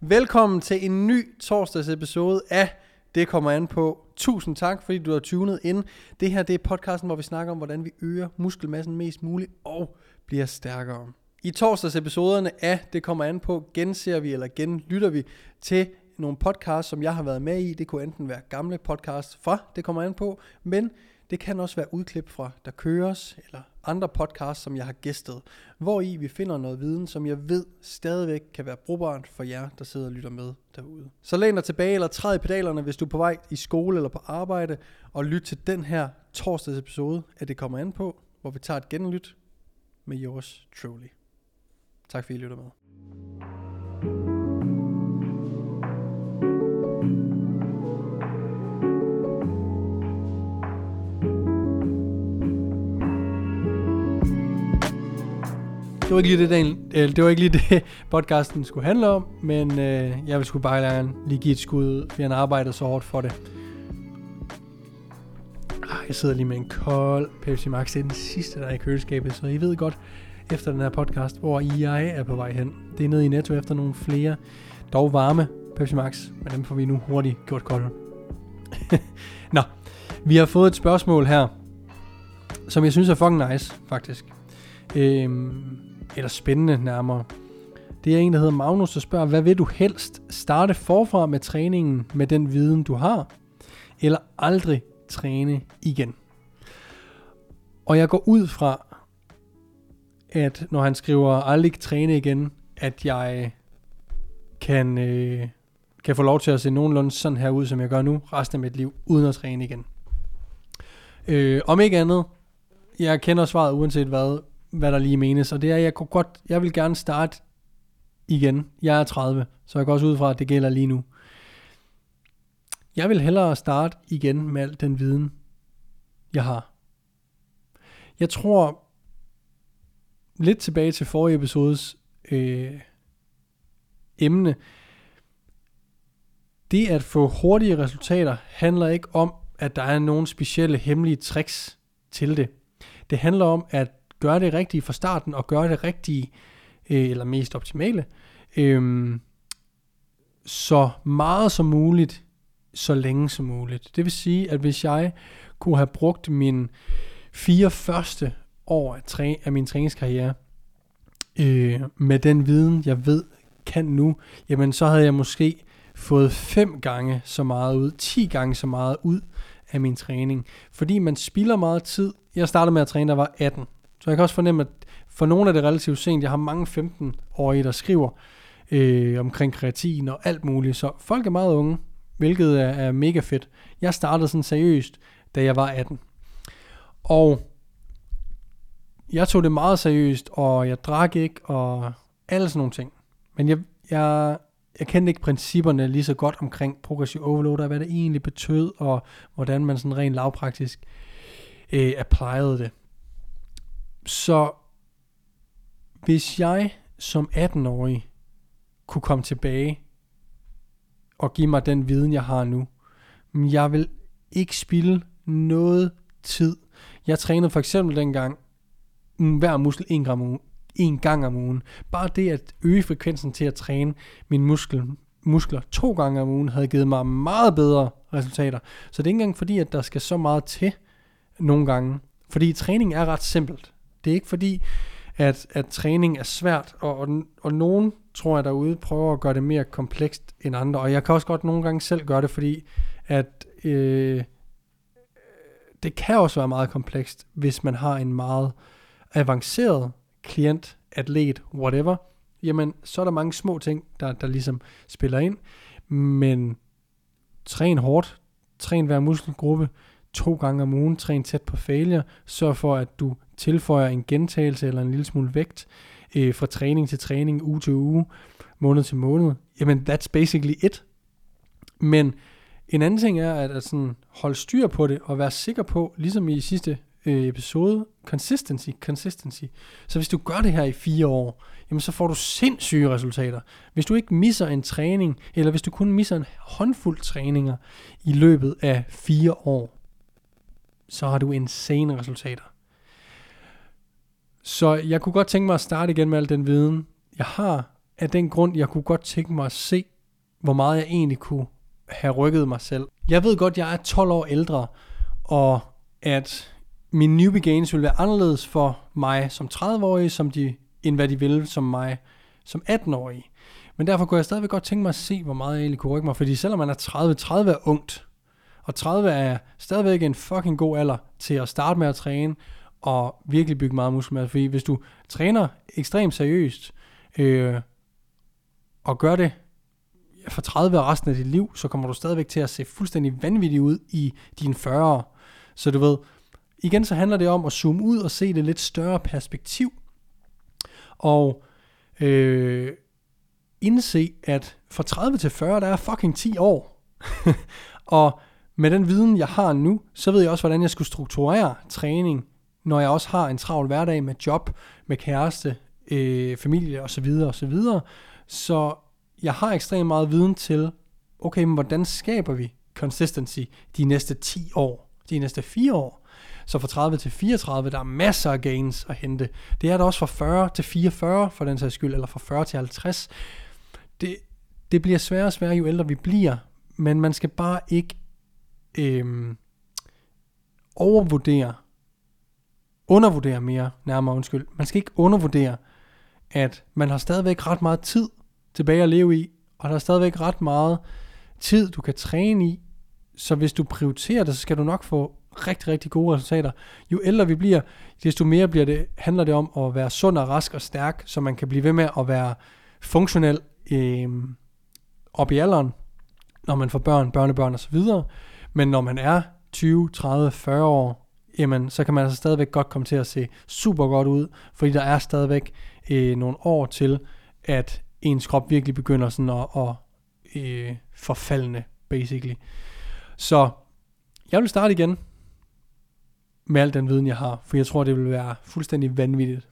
Velkommen til en ny torsdags episode af Det kommer an på. Tusind tak, fordi du har tunet ind. Det her det er podcasten, hvor vi snakker om, hvordan vi øger muskelmassen mest muligt og bliver stærkere. I torsdags episoderne af Det kommer an på, genser vi eller genlytter vi til nogle podcasts, som jeg har været med i. Det kunne enten være gamle podcasts fra Det kommer an på, men det kan også være udklip fra Der køres, eller andre podcasts, som jeg har gæstet, hvor i vi finder noget viden, som jeg ved stadigvæk kan være brugbart for jer, der sidder og lytter med derude. Så læn dig tilbage eller træd i pedalerne, hvis du er på vej i skole eller på arbejde, og lyt til den her torsdags episode af Det kommer an på, hvor vi tager et genlyt med yours truly. Tak fordi I lytter med. Det var ikke lige det podcasten skulle handle om, men jeg vil sgu bare gerne lige give et skud, fordi han arbejdede så hårdt for det. Jeg sidder lige med en kold Pepsi Max. Det er den sidste, der er i køleskabet, så I ved godt efter den her podcast, hvor jeg er på vej hen. Det er nede i Netto efter nogle flere, dog varme Pepsi Max, men dem får vi nu hurtigt gjort kolde. Nå, vi har fået et spørgsmål her, som jeg synes er fucking nice, faktisk. Eller spændende nærmere. Det er en, der hedder Magnus, der spørger, hvad vil du helst? Starte forfra med træningen med den viden, du har? Eller aldrig træne igen? Og jeg går ud fra, at når han skriver aldrig træne igen, at jeg kan få lov til at se nogenlunde sådan her ud, som jeg gør nu, resten af mit liv, uden at træne igen. Om ikke andet, jeg kender svaret uanset hvad der lige menes, og det er, jeg vil gerne starte igen. Jeg er 30, så jeg går også ud fra, at det gælder lige nu. Jeg vil hellere starte igen med al den viden, jeg har. Jeg tror, lidt tilbage til forrige episodes emne, det at få hurtige resultater handler ikke om, at der er nogle specielle hemmelige tricks til det. Det handler om at gøre det rigtige fra starten, og gøre det rigtige, eller mest optimale, så meget som muligt, så længe som muligt. Det vil sige, at hvis jeg kunne have brugt mine 4 første år af min træningskarriere, med den viden, jeg ved, kan nu, jamen så havde jeg måske fået 5 gange så meget ud, 10 gange så meget ud af min træning. Fordi man spilder meget tid. Jeg startede med at træne, da jeg var 18. Så jeg kan også fornemme, at for nogle af det relativt sent, jeg har mange 15-årige, der skriver omkring kreatin og alt muligt. Så folk er meget unge, hvilket er mega fedt. Jeg startede sådan seriøst, da jeg var 18. Og jeg tog det meget seriøst, og jeg drak ikke, og alle sådan nogle ting. Men jeg kendte ikke principperne lige så godt omkring progressive overload, og hvad det egentlig betød, og hvordan man sådan rent lavpraktisk applyede det. Så hvis jeg som 18-årig kunne komme tilbage og give mig den viden, jeg har nu, men jeg vil ikke spilde noget tid. Jeg trænede for eksempel dengang hver muskel 1 gang om ugen. Bare det at øge frekvensen til at træne mine muskler 2 gange om ugen havde givet mig meget bedre resultater. Så det er ikke engang fordi, at der skal så meget til nogle gange. Fordi træning er ret simpelt. Det er ikke fordi, at træning er svært, og nogen, tror jeg derude, prøver at gøre det mere komplekst end andre. Og jeg kan også godt nogle gange selv gøre det, fordi at det kan også være meget komplekst, hvis man har en meget avanceret klient, atlet, whatever. Jamen, så er der mange små ting, der ligesom spiller ind. Men træn hårdt, træn hver muskelgruppe 2 gange om ugen, træn tæt på failure, sørg for, at du tilføjer en gentagelse eller en lille smule vægt fra træning til træning, uge til uge, måned til måned. Jamen, that's basically it. Men en anden ting er, at sådan holde styr på det, og være sikker på, ligesom i sidste episode, consistency. Så hvis du gør det her i 4 år, jamen så får du sindssyge resultater. Hvis du ikke misser en træning, eller hvis du kun misser en håndfuld træninger i løbet af 4 år, så har du insane resultater. Så jeg kunne godt tænke mig at starte igen med al den viden, jeg har, af den grund, jeg kunne godt tænke mig at se, hvor meget jeg egentlig kunne have rykket mig selv. Jeg ved godt, jeg er 12 år ældre, og at mine newbie gains vil være anderledes for mig som 30-årig, end hvad de vil som mig som 18-årig. Men derfor kunne jeg stadigvæk godt tænke mig at se, hvor meget jeg egentlig kunne rykke mig, fordi selvom man er 30 er ungt, og 30 er stadigvæk en fucking god alder til at starte med at træne, og virkelig bygge meget muskelmasse. Fordi hvis du træner ekstremt seriøst, og gør det for 30 og resten af dit liv, så kommer du stadigvæk til at se fuldstændig vanvittig ud i dine 40'ere. Så du ved, igen så handler det om at zoome ud og se det lidt større perspektiv, og indse, at fra 30 til 40, der er fucking 10 år. Og med den viden, jeg har nu, så ved jeg også, hvordan jeg skulle strukturere træning, når jeg også har en travl hverdag med job, med kæreste, familie osv. osv. Så jeg har ekstremt meget viden til, okay, men hvordan skaber vi consistency de næste 10 år, de næste 4 år? Så fra 30 til 34, der er masser af gains at hente. Det er der også fra 40 til 44, for den sags skyld, eller fra 40 til 50. Det bliver sværere og sværere, jo ældre vi bliver, men man skal bare ikke undervurdere mere, Man skal ikke undervurdere, at man har stadigvæk ret meget tid tilbage at leve i, og der er stadigvæk ret meget tid, du kan træne i, så hvis du prioriterer det, så skal du nok få rigtig, rigtig gode resultater. Jo ældre vi bliver, desto mere handler det om at være sund og rask og stærk, så man kan blive ved med at være funktionel op i alderen, når man får børn, børnebørn og så videre. Men når man er 20, 30, 40 år, jamen, så kan man altså stadigvæk godt komme til at se super godt ud, fordi der er stadigvæk nogle år til, at ens krop virkelig begynder sådan at forfaldne, basically. Så jeg vil starte igen med al den viden, jeg har, for jeg tror, det vil være fuldstændig vanvittigt.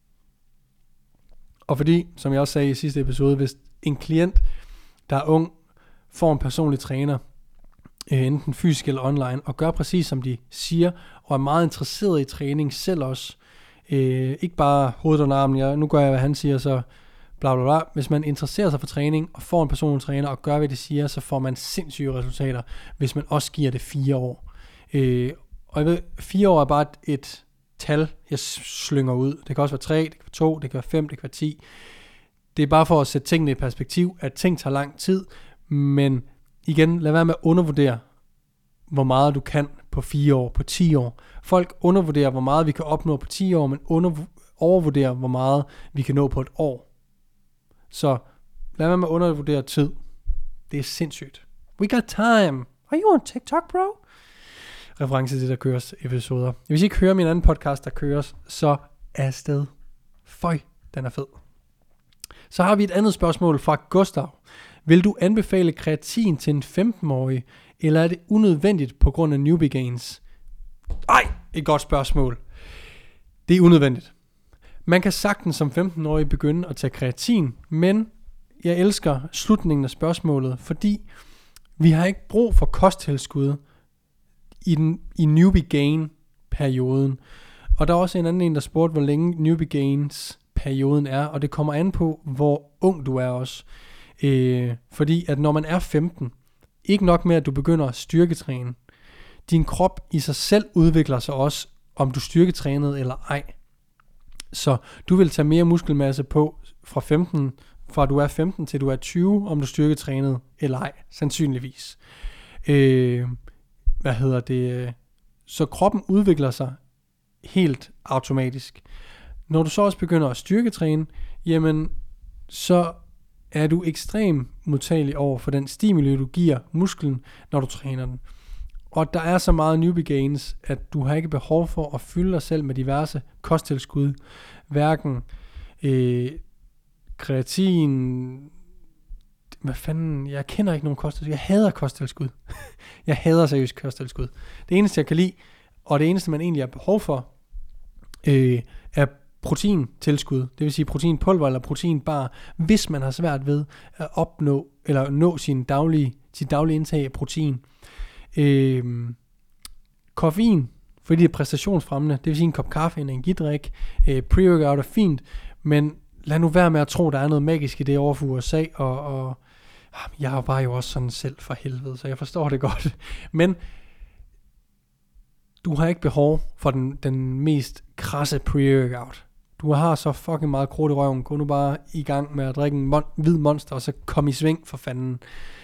Og fordi, som jeg også sagde i sidste episode, hvis en klient, der er ung, får en personlig træner, enten fysisk eller online, og gør præcis som de siger, og er meget interesseret i træning selv også, ikke bare hovedet under armen, nu gør jeg, hvad han siger, så bla bla bla. Hvis man interesserer sig for træning, og får en personlig træner, og gør, hvad de siger, så får man sindssyge resultater, hvis man også giver det 4 år. Og jeg ved, 4 år er bare et tal, jeg slynger ud. Det kan også være 3, det kan være 2, det kan være 5, det kan være 10. Det er bare for at sætte tingene i perspektiv, at ting tager lang tid, men igen, lad være med at undervurdere, hvor meget du kan på 4 år, på 10 år. Folk undervurderer, hvor meget vi kan opnå på 10 år, men overvurderer, hvor meget vi kan nå på et år. Så lad være med at undervurdere tid. Det er sindssygt. We got time. Are you on TikTok, bro? Reference til det, der køres episoder. Hvis I ikke hører min anden podcast, der køres, så er afsted. Føj, den er fed. Så har vi et andet spørgsmål fra Gustav. Vil du anbefale kreatin til en 15-årig, eller er det unødvendigt på grund af newbie gains? Ej, et godt spørgsmål. Det er unødvendigt. Man kan sagtens som 15-årig begynde at tage kreatin, men jeg elsker slutningen af spørgsmålet, fordi vi har ikke brug for kosttilskud i newbie gain perioden. Og der er også en anden, der spurgte, hvor længe newbie gains perioden er, og det kommer an på, hvor ung du er også. Fordi at når man er 15, ikke nok med at du begynder at styrketræne, din krop i sig selv udvikler sig også, om du styrketrænede eller ej. Så du vil tage mere muskelmasse på fra du er 15 til du er 20, om du styrketrænede eller ej, sandsynligvis. Så kroppen udvikler sig helt automatisk. Når du så også begynder at styrketræne, jamen så er du ekstremt modtagelig over for den stimuli, du giver musklen, når du træner den. Og der er så meget newbie gains, at du har ikke behov for at fylde dig selv med diverse kosttilskud. Hverken kreatin, hvad fanden, jeg kender ikke nogen kosttilskud. Jeg hader kosttilskud. Jeg hader seriøst kosttilskud. Det eneste, jeg kan lide, og det eneste, man egentlig har behov for, er proteintilskud. Det vil sige proteinpulver eller proteinbar, hvis man har svært ved at opnå eller nå sit daglige indtag af protein. Koffein, fordi det er præstationsfremmende, det vil sige en kop kaffe, en energidrik, pre-workout er fint, men lad nu være med at tro, der er noget magisk i det over for USA, og Jeg er bare jo også sådan selv for helvede, så jeg forstår det godt. Men du har ikke behov for den mest krasse pre-workout. Du har så fucking meget krudt i røven. Gå nu bare i gang med at drikke en hvid monster, og så kom i sving for fanden.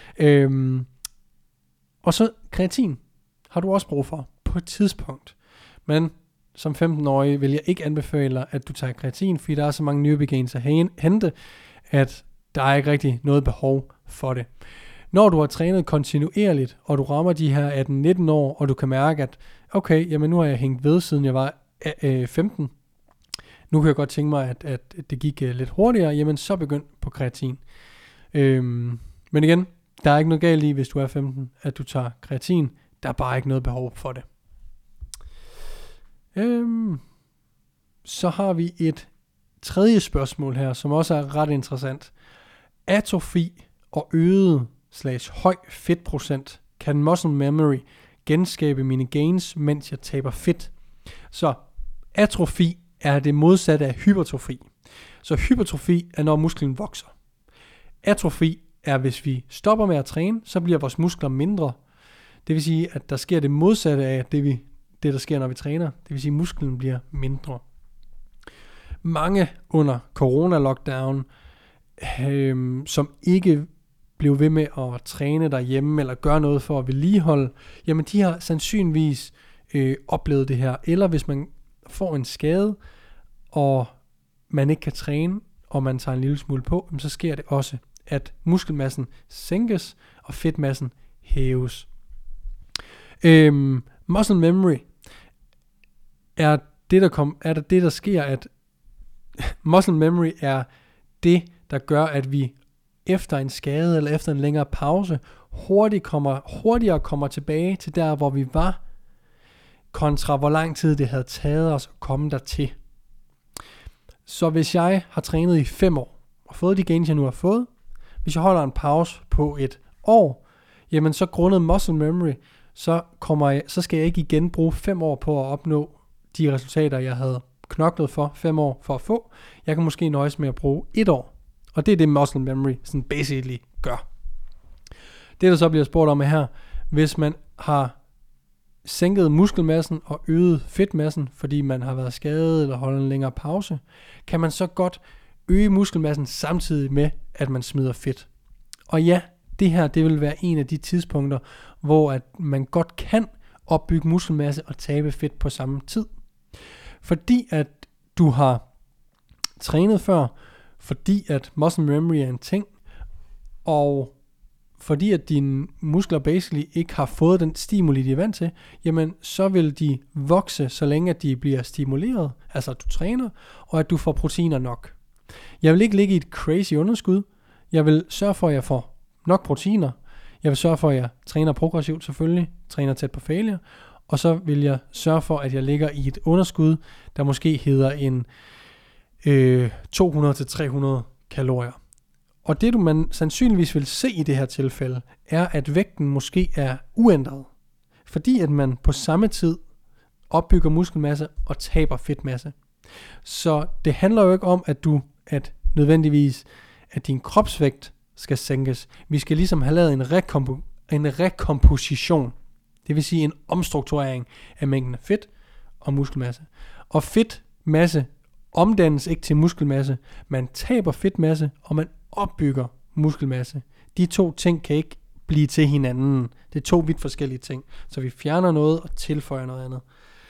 Og så kreatin har du også brug for på et tidspunkt. Men som 15-årig vil jeg ikke anbefale, at du tager kreatin, fordi der er så mange newbie gains at hente, at der er ikke rigtig noget behov for det. Når du har trænet kontinuerligt, og du rammer de her 18-19 år, og du kan mærke, at okay, jamen nu har jeg hængt ved, siden jeg var 15. Nu kan jeg godt tænke mig, at det gik lidt hurtigere, jamen så begynd på kreatin. Men igen, der er ikke noget galt i, hvis du er 15, at du tager kreatin. Der er bare ikke noget behov for det. Så har vi et tredje spørgsmål her, som også er ret interessant. Atrofi og øget/høj fedtprocent kan muscle memory genskabe mine gains, mens jeg taber fedt. Så atrofi er det modsatte af hypertrofi. Så hypertrofi er, når musklen vokser. Atrofi er, hvis vi stopper med at træne, så bliver vores muskler mindre. Det vil sige, at der sker det modsatte af det der sker, når vi træner. Det vil sige, at musklen bliver mindre. Mange under corona-lockdown, som ikke blev ved med at træne derhjemme, eller gøre noget for at vedligeholde, jamen de har sandsynligvis oplevet det her. Eller hvis man får en skade, og man ikke kan træne, og man tager en lille smule på, så sker det også, at muskelmassen sænkes, og fedtmassen hæves. Muscle memory er det der sker, at muscle memory er det, der gør, at vi efter en skade eller efter en længere pause hurtigere kommer tilbage til der, hvor vi var, kontra hvor lang tid det havde taget os at komme dertil. Så hvis jeg har trænet i 5 år, og fået de gains, jeg nu har fået, hvis jeg holder en pause på et år, jamen så grundet muscle memory, så skal jeg ikke igen bruge 5 år på at opnå de resultater, jeg havde knoklet for 5 år for at få. Jeg kan måske nøjes med at bruge 1 år. Og det er det muscle memory sådan basically gør. Det der så bliver spurgt om her, hvis man har sænket muskelmassen og øget fedtmassen, fordi man har været skadet eller holdt en længere pause, kan man så godt øge muskelmassen samtidig med, at man smider fedt. Og ja, det her, det vil være en af de tidspunkter, hvor at man godt kan opbygge muskelmasse og tabe fedt på samme tid. Fordi at du har trænet før, fordi at muscle memory er en ting, og fordi at dine muskler basically ikke har fået den stimuli, de er vant til, jamen så vil de vokse, så længe at de bliver stimuleret, altså at du træner, og at du får proteiner nok. Jeg vil ikke ligge i et crazy underskud. Jeg vil sørge for, at jeg får nok proteiner. Jeg vil sørge for, at jeg træner progressivt selvfølgelig, træner tæt på failure, og så vil jeg sørge for, at jeg ligger i et underskud, der måske hedder en 200-300 kalorier. Og det man sandsynligvis vil se i det her tilfælde, er at vægten måske er uændret. Fordi at man på samme tid opbygger muskelmasse og taber fedtmasse. Så det handler jo ikke om, at nødvendigvis, at din kropsvægt skal sænkes. Vi skal ligesom have lavet en rekomposition. Det vil sige en omstrukturering af mængden af fedt og muskelmasse. Og fedtmasse omdannes ikke til muskelmasse. Man taber fedtmasse, og man opbygger muskelmasse. De to ting kan ikke blive til hinanden. Det er 2 vidt forskellige ting. Så vi fjerner noget og tilføjer noget andet.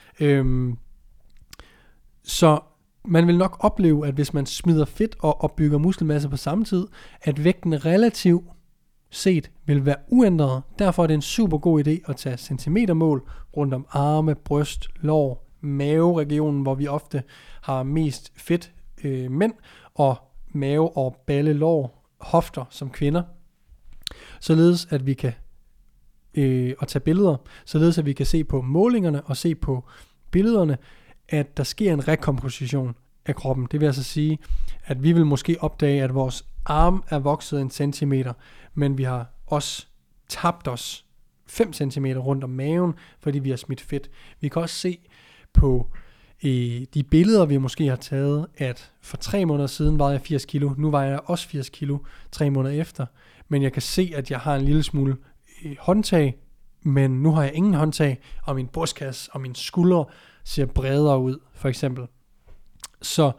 Så man vil nok opleve, at hvis man smider fedt og opbygger muskelmasse på samme tid, at vægten relativt set vil være uændret. Derfor er det en super god idé at tage centimetermål rundt om arme, bryst, lår, maveregionen, hvor vi ofte har mest fedt mænd, og mave og balle, lår, hofter som kvinder. Således at vi kan og tage billeder, således at vi kan se på målingerne og se på billederne, at der sker en rekomposition af kroppen. Det vil altså sige, at vi vil måske opdage, at vores arm er vokset 1 centimeter, men vi har også tabt os 5 centimeter rundt om maven, fordi vi har smidt fedt. Vi kan også se på de billeder, vi måske har taget, at for 3 måneder siden var jeg 80 kilo, nu var jeg også 80 kilo 3 måneder efter. men jeg kan se, at jeg har en lille smule håndtag, men nu har jeg ingen håndtag, og min brystkasse og mine skuldre ser bredere ud, for eksempel. Så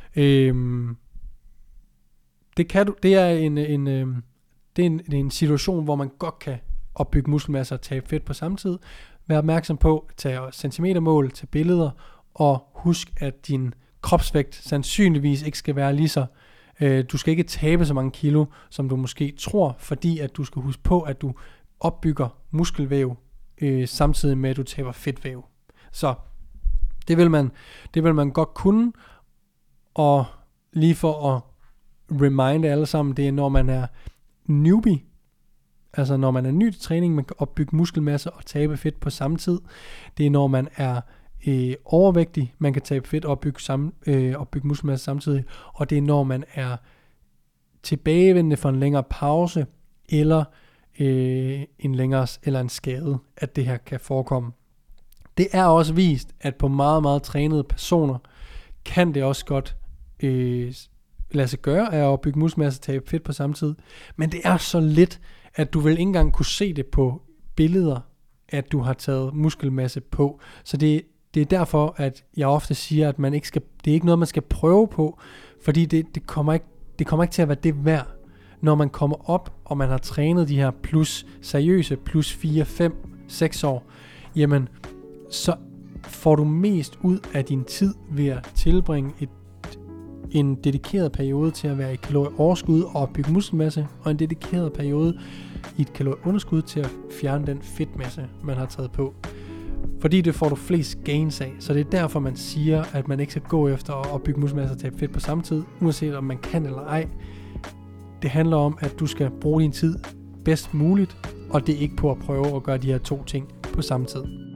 det er en situation, hvor man godt kan opbygge muskelmasse og tabe fedt på samme tid. Vær opmærksom på at tage centimetermål, tage billeder, og husk, at din kropsvægt sandsynligvis ikke skal være lige så. Du skal ikke tabe så mange kilo, som du måske tror, fordi at du skal huske på, at du opbygger muskelvæv, samtidig med, at du taber fedtvæv. Så det vil man godt kunne, og lige for at reminde alle sammen, det er, når man er newbie, altså når man er ny til træning, man kan opbygge muskelmasse og tabe fedt på samme tid. Det er, når man er overvægtig, man kan tabe fedt og opbygge muskelmasse samtidig, og det er, når man er tilbagevendende for en længere pause, eller en skade, at det her kan forekomme. Det er også vist, at på meget, meget trænede personer, kan det også godt lade sig gøre at opbygge muskelmasse og tabe fedt på samme tid. Men det er så lidt, at du vil ikke engang kunne se det på billeder, at du har taget muskelmasse på. Så det er derfor, at jeg ofte siger, at man ikke skal, det er ikke noget, man skal prøve på, fordi det kommer ikke til at være det værd. Når man kommer op, og man har trænet de her seriøse plus 4, 5, 6 år, jamen, så får du mest ud af din tid ved at tilbringe en dedikeret periode til at være i kalorieoverskud og opbygge muskelmasse, og en dedikeret periode i et kalorieunderskud til at fjerne den fedtmasse, man har taget på. Fordi det får du flest gains af, så det er derfor, man siger, at man ikke skal gå efter at opbygge muskelmasse og tabe fedt på samme tid, uanset om man kan eller ej. Det handler om, at du skal bruge din tid bedst muligt, og det er ikke på at prøve at gøre de her to ting på samme tid.